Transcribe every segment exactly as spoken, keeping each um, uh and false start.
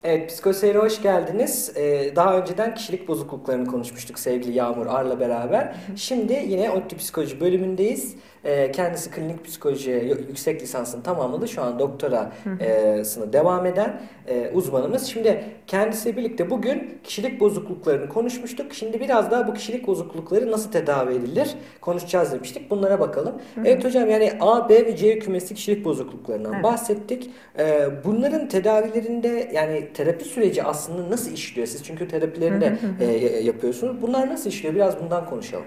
Evet, Psikoseyir'e hoş geldiniz. Ee, daha önceden kişilik bozukluklarını konuşmuştuk sevgili Yağmur Ar'la beraber. Şimdi yine ODTÜ Psikoloji bölümündeyiz. Ee, kendisi klinik psikoloji yüksek lisansını tamamladı. Şu an doktorasını devam eden e, uzmanımız. Şimdi kendisiyle birlikte bugün kişilik bozukluklarını konuşmuştuk. Şimdi biraz daha bu kişilik bozuklukları nasıl tedavi edilir konuşacağız demiştik. Bunlara bakalım. Evet hocam, yani A, B ve C kümesi kişilik bozukluklarından Evet. bahsettik. Ee, bunların tedavilerinde yani terapi süreci aslında nasıl işliyor? Siz çünkü terapilerini de e, yapıyorsunuz. Bunlar nasıl işliyor? Biraz bundan konuşalım.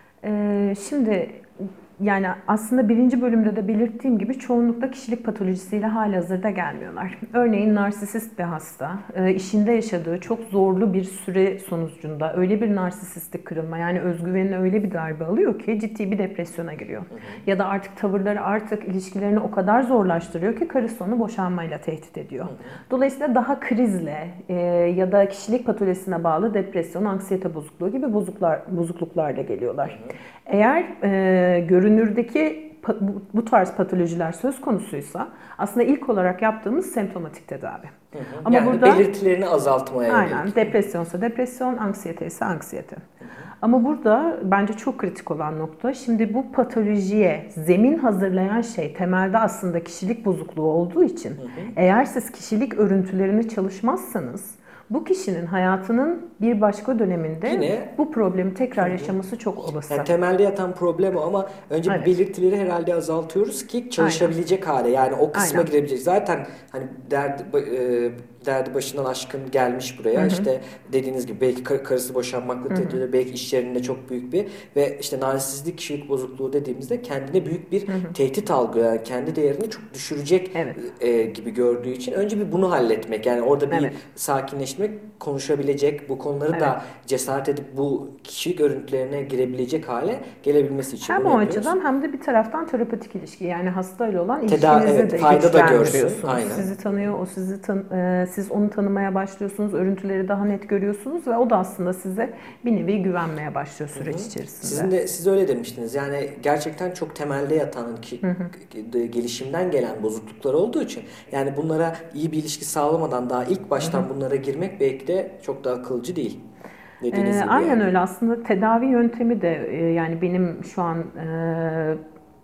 Ee, şimdi yani aslında birinci bölümde de belirttiğim gibi çoğunlukla kişilik patolojisiyle halihazırda gelmiyorlar. Örneğin narsisist bir hasta, e, işinde yaşadığı çok zorlu bir süre sonucunda öyle bir narsisistik kırılma, yani özgüvenine öyle bir darbe alıyor ki ciddi bir depresyona giriyor. Hı hı. Ya da artık tavırları artık ilişkilerini o kadar zorlaştırıyor ki karısı onu boşanmayla tehdit ediyor. Hı hı. Dolayısıyla daha krizle e, ya da kişilik patolojisine bağlı depresyon, anksiyete bozukluğu gibi bozuklar, bozukluklarla geliyorlar. Hı hı. Eğer e, görünürdeki bu, bu tarz patolojiler söz konusuysa aslında ilk olarak yaptığımız semptomatik tedavi. Hı hı. Ama Yani burada belirtilerini azaltmaya aynen yönelik. depresyonsa depresyon, anksiyete ise anksiyete. Hı hı. Ama burada bence çok kritik olan nokta, şimdi bu patolojiye zemin hazırlayan şey temelde aslında kişilik bozukluğu olduğu için Hı hı. eğer siz kişilik örüntülerini çalışmazsanız bu kişinin hayatının bir başka döneminde Yine bu problemi tekrar hı hı. yaşaması çok olası. Yani temelde yatan problem o ama önce bir Evet, belirtileri herhalde azaltıyoruz ki aynen, çalışabilecek hale, yani o kısma aynen. girebilecek. Zaten hani derdi, e, derdi başından aşkın gelmiş Hı buraya, hı, işte dediğiniz gibi belki kar- karısı boşanmakla hı tehdit hı, ediyor, belki iş yerinde çok büyük bir ve işte narsistik kişilik bozukluğu dediğimizde kendine büyük bir hı hı. tehdit algılıyor. Yani kendi değerini çok düşürecek Evet, e, gibi gördüğü için önce bir bunu halletmek, yani orada bir evet, sakinleşmek, konuşabilecek, bu konuları evet. da cesaret edip bu kişilik örüntülerine girebilecek hale gelebilmesi için Hem bunu o yapıyoruz. açıdan hem de bir taraftan terapetik ilişki, yani hastayla olan Teda ilişkinizi evet, de fayda da görsün güçlendiriyorsunuz. aynen. Sizi tanıyor, o sizi tan e, siz onu tanımaya başlıyorsunuz, örüntüleri daha net görüyorsunuz ve o da aslında size bir nevi güvenmeye başlıyor Hı süreç hı. içerisinde. Sizin de siz öyle demiştiniz. Yani gerçekten çok temelde yatan ki, Hı hı. gelişimden gelen bozukluklar olduğu için yani bunlara iyi bir ilişki sağlamadan daha ilk Hı hı. baştan bunlara girmek belki de çok da akılcı değil. Dediğiniz E, gibi aynen yani. öyle, aslında tedavi yöntemi de e, yani benim şu an e,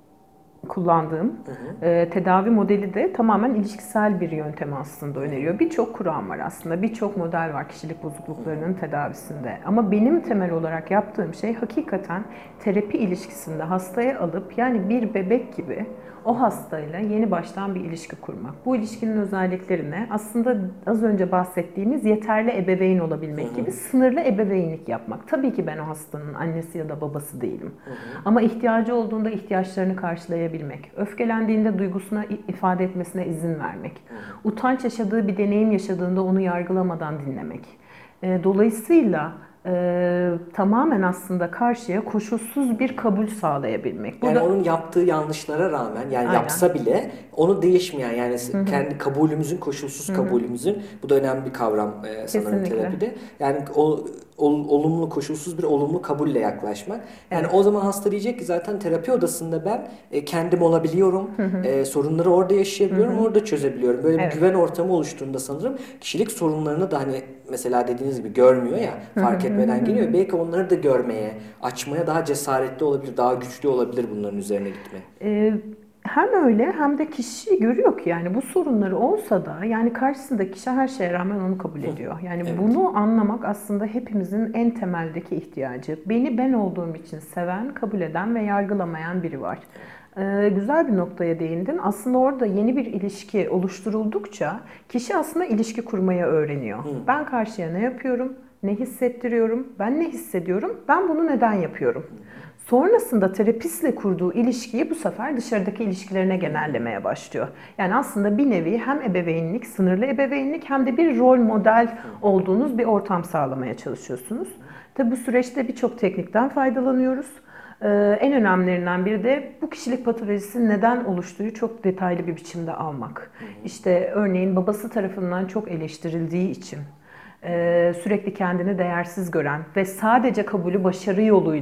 kullandığım Hı hı. e, tedavi modeli de tamamen ilişkisel bir yöntemi aslında Hı hı. öneriyor. Birçok kuram var aslında, birçok model var kişilik Hı hı. bozukluklarının tedavisinde. Ama benim temel olarak yaptığım şey hakikaten terapi ilişkisinde hastaya alıp, yani bir bebek gibi Hı o hı. hastayla yeni baştan bir ilişki kurmak. Bu ilişkinin özelliklerine aslında az önce bahsettiğimiz yeterli ebeveyn Hı olabilmek hı. gibi sınırlı ebeveynlik yapmak. Tabii ki ben o hastanın annesi ya da babası değilim. Hı hı. Ama ihtiyacı olduğunda ihtiyaçlarını karşılayabilmek, öfkelendiğinde duygusuna ifade etmesine izin vermek, Hı hı. utanç yaşadığı bir deneyim yaşadığında onu yargılamadan dinlemek. E, Dolayısıyla e, tamamen aslında karşıya koşulsuz bir kabul sağlayabilmek. Yani Burada onun yaptığı yanlışlara rağmen, yani aynen. yapsa bile onu değişmeyen, yani Hı hı, kendi kabulümüzün, koşulsuz hı hı. kabulümüzün, bu da önemli bir kavram e, sanırım Kesinlikle. terapide. Yani o ol- olumlu, koşulsuz bir olumlu kabulle yaklaşmak. Yani Evet. o zaman hasta diyecek ki zaten terapi odasında ben e, kendim olabiliyorum. E, sorunları orada Hı yaşayabiliyorum, hı. orada çözebiliyorum. Böyle bir Evet. güven ortamı oluştuğunda sanırım kişilik sorunlarını da, hani mesela dediğiniz gibi görmüyor ya, Hı hı, fark hı hı, etmeden hı geliyor. hı. Belki onları da görmeye, açmaya daha cesaretli olabilir, daha güçlü olabilir bunların üzerine gitme. Ee, Hem öyle hem de kişi görüyor ki yani bu sorunları olsa da yani karşısındaki kişi her şeye rağmen onu kabul ediyor. Yani Evet. bunu anlamak aslında hepimizin en temeldeki ihtiyacı. Beni ben olduğum için seven, kabul eden ve yargılamayan biri var. Ee, güzel bir noktaya değindin. Aslında orada yeni bir ilişki oluşturuldukça kişi aslında ilişki kurmayı öğreniyor. Hı. Ben karşıya ne yapıyorum? Ne hissettiriyorum? Ben ne hissediyorum? Ben bunu neden yapıyorum? Sonrasında terapistle kurduğu ilişkiyi bu sefer dışarıdaki ilişkilerine genellemeye başlıyor. Yani aslında bir nevi hem ebeveynlik, sınırlı ebeveynlik hem de bir rol model olduğunuz bir ortam sağlamaya çalışıyorsunuz. Tabi bu süreçte birçok teknikten faydalanıyoruz. Ee, en önemlilerinden biri de bu kişilik patolojisinin neden oluştuğu çok detaylı bir biçimde almak. İşte örneğin babası tarafından çok eleştirildiği için e, sürekli kendini değersiz gören ve sadece kabulü başarı yoluyla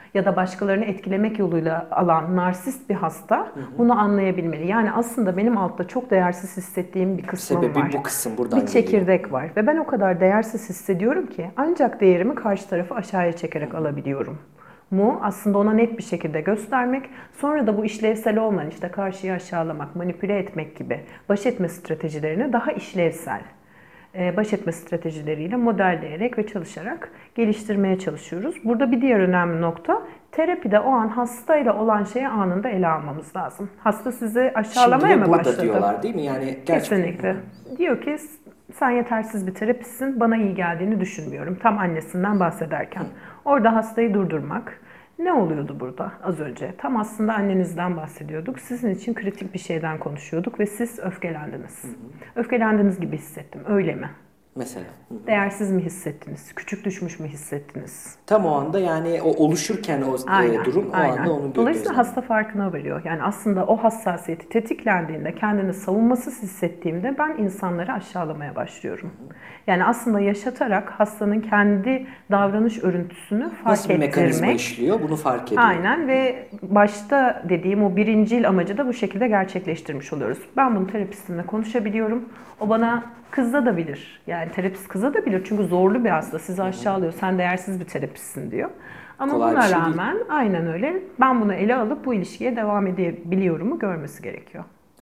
ya da başkalarını etkilemek yoluyla alan narsist bir hasta bunu anlayabilmeli. Yani aslında benim altta çok değersiz hissettiğim bir kısmım Sebebi var. bu kısım buradan Bir çekirdek var ve ben o kadar değersiz hissediyorum ki ancak değerimi karşı tarafı aşağıya çekerek alabiliyorum mu aslında ona net bir şekilde göstermek, sonra da bu işlevsel olmayan işte karşıyı aşağılamak, manipüle etmek gibi baş etme stratejilerini daha işlevsel baş etme stratejileriyle modelleyerek ve çalışarak geliştirmeye çalışıyoruz. Burada bir diğer önemli nokta, terapide o an hastayla olan şeyi anında ele almamız lazım. Hasta sizi aşağılamaya Şimdi mı burada başladı? diyorlar değil mi? Yani gerçekten... Kesinlikle. Diyor ki sen yetersiz bir terapistsin, bana iyi geldiğini düşünmüyorum. Tam annesinden bahsederken. Orada hastayı durdurmak. Ne oluyordu burada az önce? Tam aslında annenizden bahsediyorduk. Sizin için kritik bir şeyden konuşuyorduk ve siz öfkelendiniz. Hı hı. Öfkelendiğiniz gibi hissettim. Öyle mi? Mesela. Hı hı. Değersiz mi hissettiniz? Küçük düşmüş mü hissettiniz? Tam o anda yani o oluşurken o aynen, durum o aynen. anda onu Dolayısıyla hasta farkına varıyor. Yani aslında o hassasiyeti tetiklendiğinde, kendini savunmasız hissettiğimde ben insanları aşağılamaya başlıyorum. Hı hı. Yani aslında yaşatarak hastanın kendi davranış örüntüsünü fark Nasıl bir ettirmek. mekanizma işliyor bunu fark ediyor. Aynen ve başta dediğim o birincil amacı da bu şekilde gerçekleştirmiş oluyoruz. Ben bunu terapistimle konuşabiliyorum. O bana kızabilir. Yani terapist kızabilir çünkü zorlu bir hasta. Sizi aşağılıyor. Sen değersiz bir terapistsin diyor. Ama Kolay buna şey rağmen değil. Aynen öyle. Ben bunu ele alıp bu ilişkiye devam edebiliyorumu görmesi gerekiyor.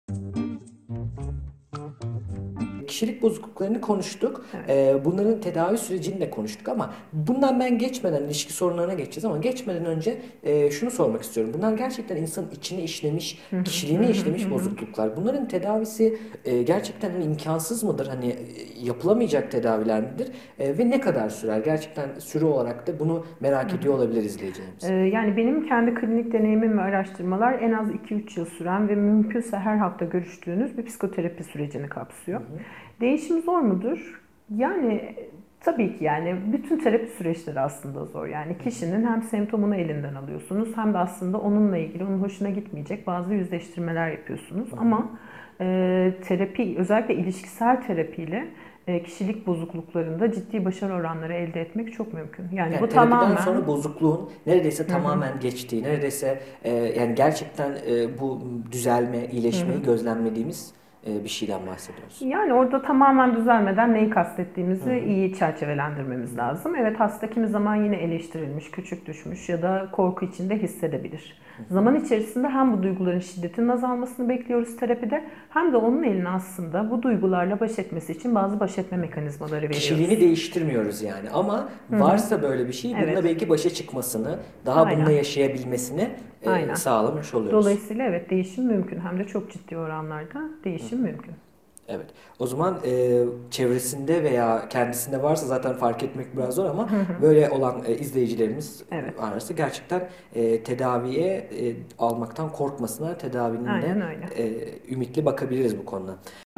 Kişilik bozukluklarını konuştuk. Evet. Ee, bunların tedavi sürecini de konuştuk ama bundan ben geçmeden ilişki sorunlarına geçeceğiz ama geçmeden önce e, şunu sormak istiyorum. Bunlar gerçekten insanın içine işlemiş, kişiliğine işlemiş bozukluklar. Bunların tedavisi e, gerçekten hani imkansız mıdır? Hani e, yapılamayacak tedaviler midir? E, ve ne kadar sürer? Gerçekten süre olarak da bunu merak ediyor olabilir izleyicilerimiz. Ee, yani benim kendi klinik deneyimim ve araştırmalar en az iki üç yıl süren ve mümkünse her hafta görüştüğünüz bir psikoterapi sürecini kapsıyor. Hı hı. Değişim zor mudur? Yani tabii ki yani bütün terapi süreçleri aslında zor. Yani kişinin hem semptomunu elinden alıyorsunuz hem de aslında onunla ilgili onun hoşuna gitmeyecek bazı yüzleştirmeler yapıyorsunuz. Hı hı. Ama e, terapi, özellikle ilişkisel terapiyle e, kişilik bozukluklarında ciddi başarı oranları elde etmek çok mümkün. Yani, yani bu terapiden tamamen sonra bozukluğun neredeyse Hı-hı. tamamen geçtiği, neredeyse e, yani gerçekten e, bu düzelme, iyileşmeyi Hı-hı. gözlemlediğimiz bir şeyden bahsediyoruz. Yani orada tamamen düzelmeden neyi kastettiğimizi Hı-hı. iyi çerçevelendirmemiz lazım. Evet, hasta kimi zaman yine eleştirilmiş, küçük düşmüş ya da korku içinde hissedebilir. Hı-hı. Zaman içerisinde hem bu duyguların şiddetinin azalmasını bekliyoruz terapide hem de onun eline aslında bu duygularla baş etmesi için bazı baş etme mekanizmaları veriyoruz. Kişiliğini değiştirmiyoruz yani ama Hı-hı. varsa böyle bir şey bununla evet. belki başa çıkmasını, daha Aynen. bununla yaşayabilmesini e, sağlamış oluyoruz. Dolayısıyla evet değişim mümkün hem de çok ciddi oranlarda değişim Hı-hı. mümkün. Evet. O zaman e, çevresinde veya kendisinde varsa zaten fark etmek biraz zor ama hı hı. böyle olan e, izleyicilerimiz evet. arası gerçekten e, tedaviye e, almaktan korkmasınlar. Tedavinin de e, ümitli bakabiliriz bu konuda.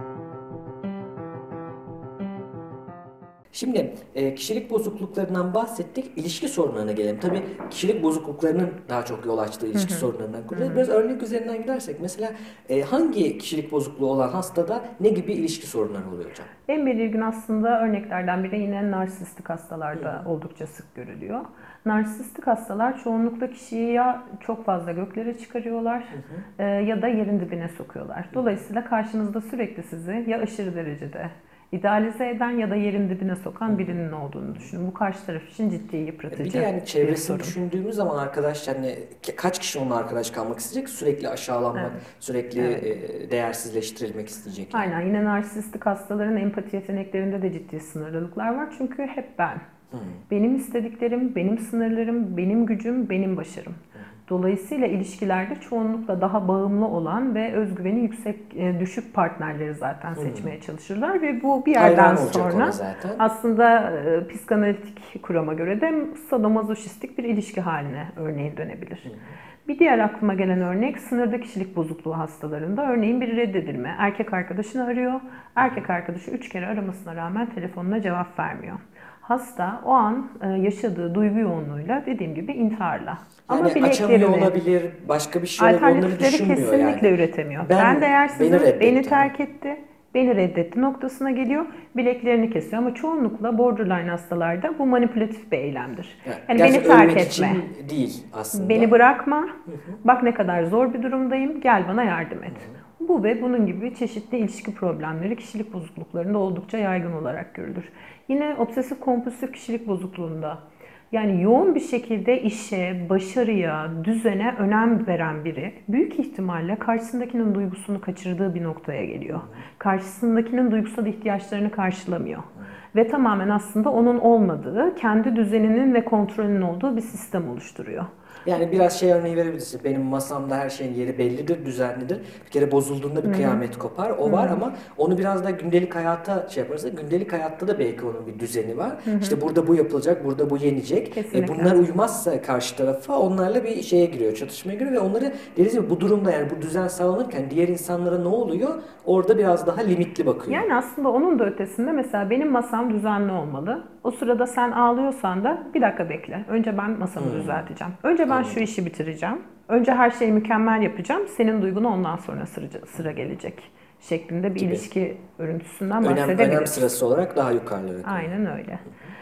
Şimdi e, kişilik bozukluklarından bahsettik. İlişki sorunlarına gelelim. Tabii kişilik bozukluklarının daha çok yol açtığı ilişki hı hı. sorunlarından konuşacağız. Biraz örnek üzerinden gidersek mesela e, hangi kişilik bozukluğu olan hastada ne gibi ilişki sorunları oluyor hocam? En belirgin aslında örneklerden biri yine narsistik hastalarda hı hı. oldukça sık görülüyor. Narsistik hastalar çoğunlukla kişiyi ya çok fazla göklere çıkarıyorlar hı hı. E, ya da yerin dibine sokuyorlar. Dolayısıyla karşınızda sürekli sizi ya aşırı derecede idealize eden ya da yerin dibine sokan birinin olduğunu düşünün. Bu karşı taraf için ciddi yıpratıcı. Bir de yani çevresini düşündüğümüz zaman arkadaş yani kaç kişi onunla arkadaş kalmak isteyecek? Sürekli aşağılanmak, evet. sürekli evet. değersizleştirilmek isteyecek. Yani. Aynen. Yine narsistik hastaların empati yeteneklerinde de ciddi sınırlılıklar var. Çünkü hep ben. Hmm. Benim istediklerim, benim sınırlarım, benim gücüm, benim başarım. Hmm. Dolayısıyla ilişkilerde çoğunlukla daha bağımlı olan ve özgüveni yüksek, düşük partnerleri zaten seçmeye çalışırlar ve bu bir yerden sonra aslında e, psikanalitik kurama göre de sadomazoşistik bir ilişki haline örneğin dönebilir. Hı hı. Bir diğer aklıma gelen örnek sınırda kişilik bozukluğu hastalarında örneğin bir reddedilme. Erkek arkadaşını arıyor, erkek arkadaşı üç kere aramasına rağmen telefonuna cevap vermiyor. Hasta o an yaşadığı duygu yoğunluğuyla dediğim gibi intiharla. Yani ama açamıyor olabilir, başka bir şey olabilir, onları düşünmüyor kesinlikle yani. üretemiyor. Ben, ben değersizim, beni, beni terk etti, Beni reddetti noktasına geliyor. Bileklerini kesiyor ama çoğunlukla borderline hastalarda bu manipülatif bir eylemdir. Yani, Yani gerçi beni terk ölmek etme. için değil aslında. Beni bırakma. Bak ne kadar zor bir durumdayım. Gel bana yardım et. Bu ve bunun gibi çeşitli ilişki problemleri kişilik bozukluklarında oldukça yaygın olarak görülür. Yine obsesif kompulsif kişilik bozukluğunda yani yoğun bir şekilde işe, başarıya, düzene önem veren biri büyük ihtimalle karşısındakinin duygusunu kaçırdığı bir noktaya geliyor. Karşısındakinin duygusal ihtiyaçlarını karşılamıyor. Ve tamamen aslında onun olmadığı, kendi düzeninin ve kontrolünün olduğu bir sistem oluşturuyor. Yani biraz şey örneği verebilirsin. Benim masamda her şeyin yeri bellidir, düzenlidir. Bir kere bozulduğunda bir kıyamet kopar. O var ama onu biraz da gündelik hayata şey yaparsa gündelik hayatta da belki onun bir düzeni var. İşte burada bu yapılacak, burada bu yenecek. E Kesinlikle. bunlar uymazsa karşı tarafa onlarla bir şeye giriyor, çatışmaya giriyor ve onları deriz ya bu durumda yani bu düzen sağlanırken diğer insanlara ne oluyor? Orada biraz daha limitli bakıyor. Yani aslında onun da ötesinde mesela benim masam düzenli olmalı. O sırada sen ağlıyorsan da bir dakika bekle. Önce ben masamı Hmm. düzelteceğim. Önce ben şu işi bitireceğim. Önce her şeyi mükemmel yapacağım. Senin duyguna ondan sonra sıra, sıra gelecek şeklinde bir Gibi. ilişki örüntüsünden Önem, bahsedebiliriz. önem sırası olarak daha yukarılara koyuyor. Aynen öyle.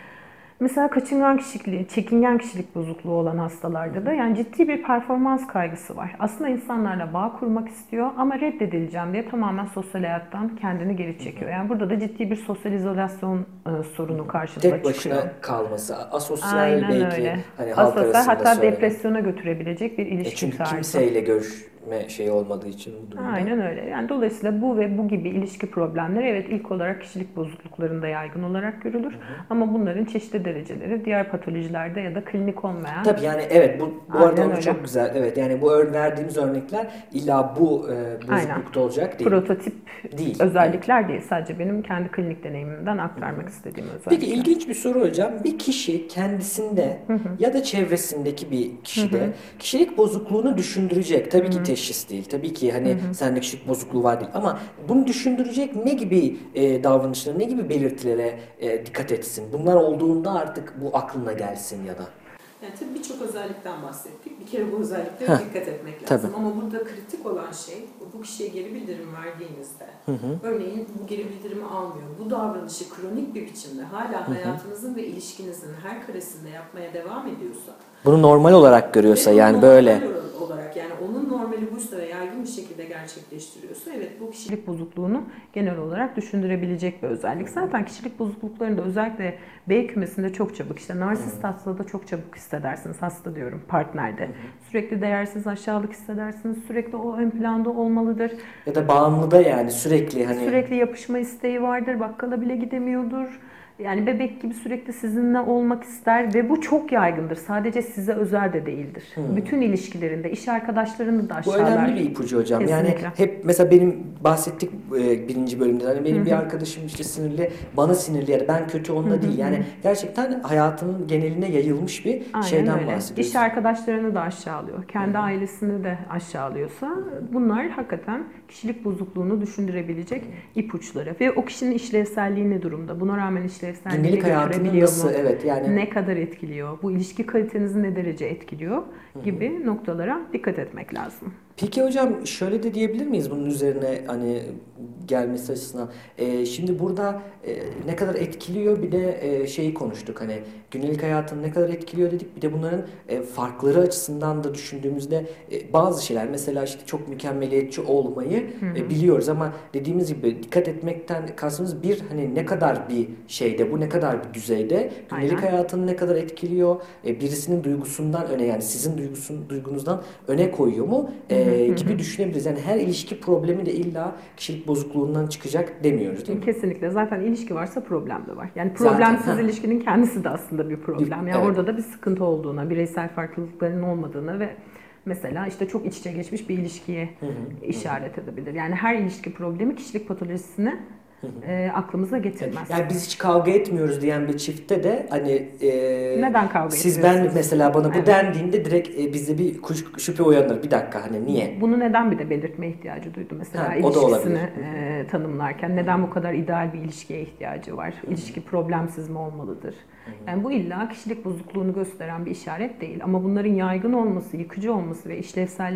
Mesela kaçıngan kişilik, çekingen kişilik bozukluğu olan hastalarda da yani ciddi bir performans kaygısı var. Aslında insanlarla bağ kurmak istiyor ama reddedileceğim diye tamamen sosyal hayattan kendini geri çekiyor. Yani burada da ciddi bir sosyal izolasyon e, sorunu karşımıza Tek başına çıkıyor. kalması, asosyal Aynen belki öyle. hani halk Asosyal, arasında hatta söylenen. depresyona götürebilecek bir E ilişki çünkü tarzı. kimseyle görüşme şeyi olmadığı için bu durumda. Aynen öyle. Yani dolayısıyla bu ve bu gibi ilişki problemleri evet ilk olarak kişilik bozukluklarında yaygın olarak görülür. Hı hı. Ama bunların çeşitli dereceleri diğer patolojilerde ya da klinik olmayan. Tabii yani evet bu, bu Aynen arada onu öyle. çok güzel. Evet yani bu ör, verdiğimiz örnekler illa bu e, bozuklukta olacak değil. Prototip değil. özellikler evet. değil. Sadece benim kendi klinik deneyimimden aktarmak hı hı. istediğim özellikler. Peki ilginç bir soru hocam. Bir kişi kendisinde hı hı. ya da çevresindeki bir kişide hı hı. kişilik bozukluğunu düşündürecek. Tabii hı hı. ki teşhis değil. Tabii ki hani hı hı. sende kişilik bozukluğu var değil. Ama bunu düşündürecek ne gibi e, davranışlara, ne gibi belirtilere e, dikkat etsin? Bunlar olduğunda artık bu aklına gelsin ya da. Yani tabii birçok özellikten bahsettik. Bir kere bu özelliklere Heh, dikkat etmek lazım. tabii. Ama burada kritik olan şey bu kişiye geri bildirim verdiğinizde hı hı. örneğin bu geri bildirimi almıyor. Bu davranışı kronik bir biçimde hala hı hı. hayatınızın ve ilişkinizin her karesinde yapmaya devam ediyorsa bunu normal olarak görüyorsa yani böyle olarak yani onun normali buysa ve yaygın bir şekilde gerçekleştiriyorsa evet bu kişilik bozukluğunu genel olarak düşündürebilecek bir özellik. Zaten kişilik bozukluklarında özellikle B kümesinde çok çabuk işte narsist hastada çok çabuk hissedersiniz hasta diyorum partnerde. Sürekli değersiz aşağılık hissedersiniz. Sürekli o ön planda olmalıdır. Ya da bağımlı da yani sürekli hani sürekli yapışma isteği vardır. Bakkala bile gidemiyordur. Yani bebek gibi sürekli sizinle olmak ister ve bu çok yaygındır. Sadece size özel de değildir. Hmm. Bütün ilişkilerinde, iş arkadaşlarını da aşağılar. Bu önemli bir ipucu hocam. Kesinlikle. Yani hep mesela benim bahsettik e, birinci bölümde. Hani benim Hı-hı. bir arkadaşım işte sinirli, bana sinirli ya da ben kötü onunla Hı-hı. değil. Yani gerçekten hayatının geneline yayılmış bir Aynen şeyden öyle. bahsediyoruz. İş arkadaşlarını da aşağılıyor. Kendi Hı-hı. ailesini de aşağılıyorsa bunlar hakikaten kişilik bozukluğunu düşündürebilecek Hı-hı. ipuçları. Ve o kişinin işlevselliği ne durumda? Buna rağmen işlevselliği gündelik hayatını nasıl mu? evet yani ne kadar etkiliyor? Bu ilişki kalitenizi ne derece etkiliyor? Gibi Hı-hı. noktalara dikkat etmek lazım. Peki hocam şöyle de diyebilir miyiz bunun üzerine hani gelmesi açısından? Ee, şimdi burada e, ne kadar etkiliyor bir de e, şeyi konuştuk hani günlük hayatını ne kadar etkiliyor dedik bir de bunların e, farkları açısından da düşündüğümüzde e, bazı şeyler mesela işte çok mükemmeliyetçi olmayı e, biliyoruz ama dediğimiz gibi dikkat etmekten kastımız bir hani ne kadar bir şeyde bu ne kadar bir düzeyde günlük Aynen. hayatını ne kadar etkiliyor e, birisinin duygusundan öne yani sizin duygusun, duygunuzdan öne koyuyor mu? E, gibi düşünebiliriz. Yani her ilişki problemi de illa kişilik bozukluğundan çıkacak demiyoruz değil mi? Kesinlikle. Zaten ilişki varsa problem de var. Yani problemsiz Zaten, ilişkinin kendisi de aslında bir problem. Yani evet. orada da bir sıkıntı olduğuna, bireysel farklılıkların olmadığına ve mesela işte çok iç içe geçmiş bir ilişkiye hı hı, işaret hı. edebilir. Yani her ilişki problemi kişilik patolojisini e, aklımıza getirmez. Yani biz hiç kavga etmiyoruz diyen bir çiftte de hani e, neden kavga siz ben mesela bana bu evet. dendiğinde direkt e, bizde bir kuş, şüphe uyanır. Bir dakika hani niye? Bunu neden bir de belirtme ihtiyacı duydu mesela ha, ilişkisini e, tanımlarken. Neden bu kadar ideal bir ilişkiye ihtiyacı var? İlişki problemsiz mi olmalıdır? Yani bu illa kişilik bozukluğunu gösteren bir işaret değil. Ama bunların yaygın olması, yıkıcı olması ve işlevselliği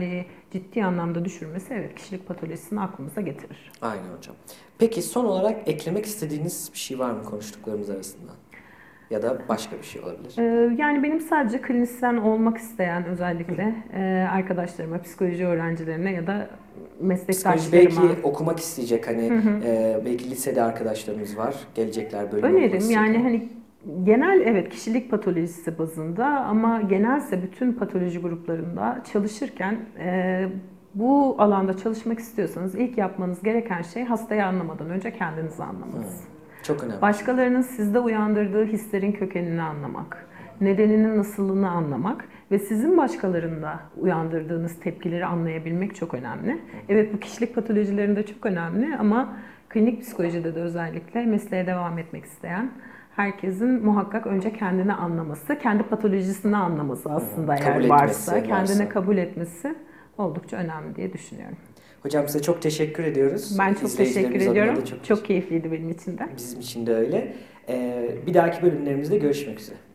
ciddi anlamda düşürmesi evet kişilik patolojisini aklımıza getirir. Aynen hocam. Peki son olarak eklemek istediğiniz bir şey var mı konuştuklarımız arasında? Ya da başka bir şey olabilir. Ee, Yani benim sadece klinisyen olmak isteyen özellikle e, arkadaşlarıma, psikoloji öğrencilerine ya da Psikoloji meslektaşlarıma belki okumak isteyecek hani e, belki lisede arkadaşlarımız var. Gelecekler bölüm önerim. Yani hani genel evet kişilik patolojisi bazında ama genelse bütün patoloji gruplarında çalışırken e, bu alanda çalışmak istiyorsanız ilk yapmanız gereken şey hastayı anlamadan önce kendinizi anlamanız. Çok önemli. Başkalarının sizde uyandırdığı hislerin kökenini anlamak, nedeninin nasıllığını anlamak ve sizin başkalarında uyandırdığınız tepkileri anlayabilmek çok önemli. Evet bu kişilik patolojilerinde çok önemli ama klinik psikolojide de özellikle mesleğe devam etmek isteyen herkesin muhakkak önce kendini anlaması, kendi patolojisini anlaması aslında Kabul eğer etmesi varsa, kendine varsa. kabul etmesi oldukça önemli diye düşünüyorum. Hocam size çok teşekkür ediyoruz. Ben çok teşekkür İzleyicilerimiz adına ediyorum. da çok, Çok keyifliydi benim için de. bizim için de öyle. Ee, bir dahaki bölümlerimizde görüşmek üzere.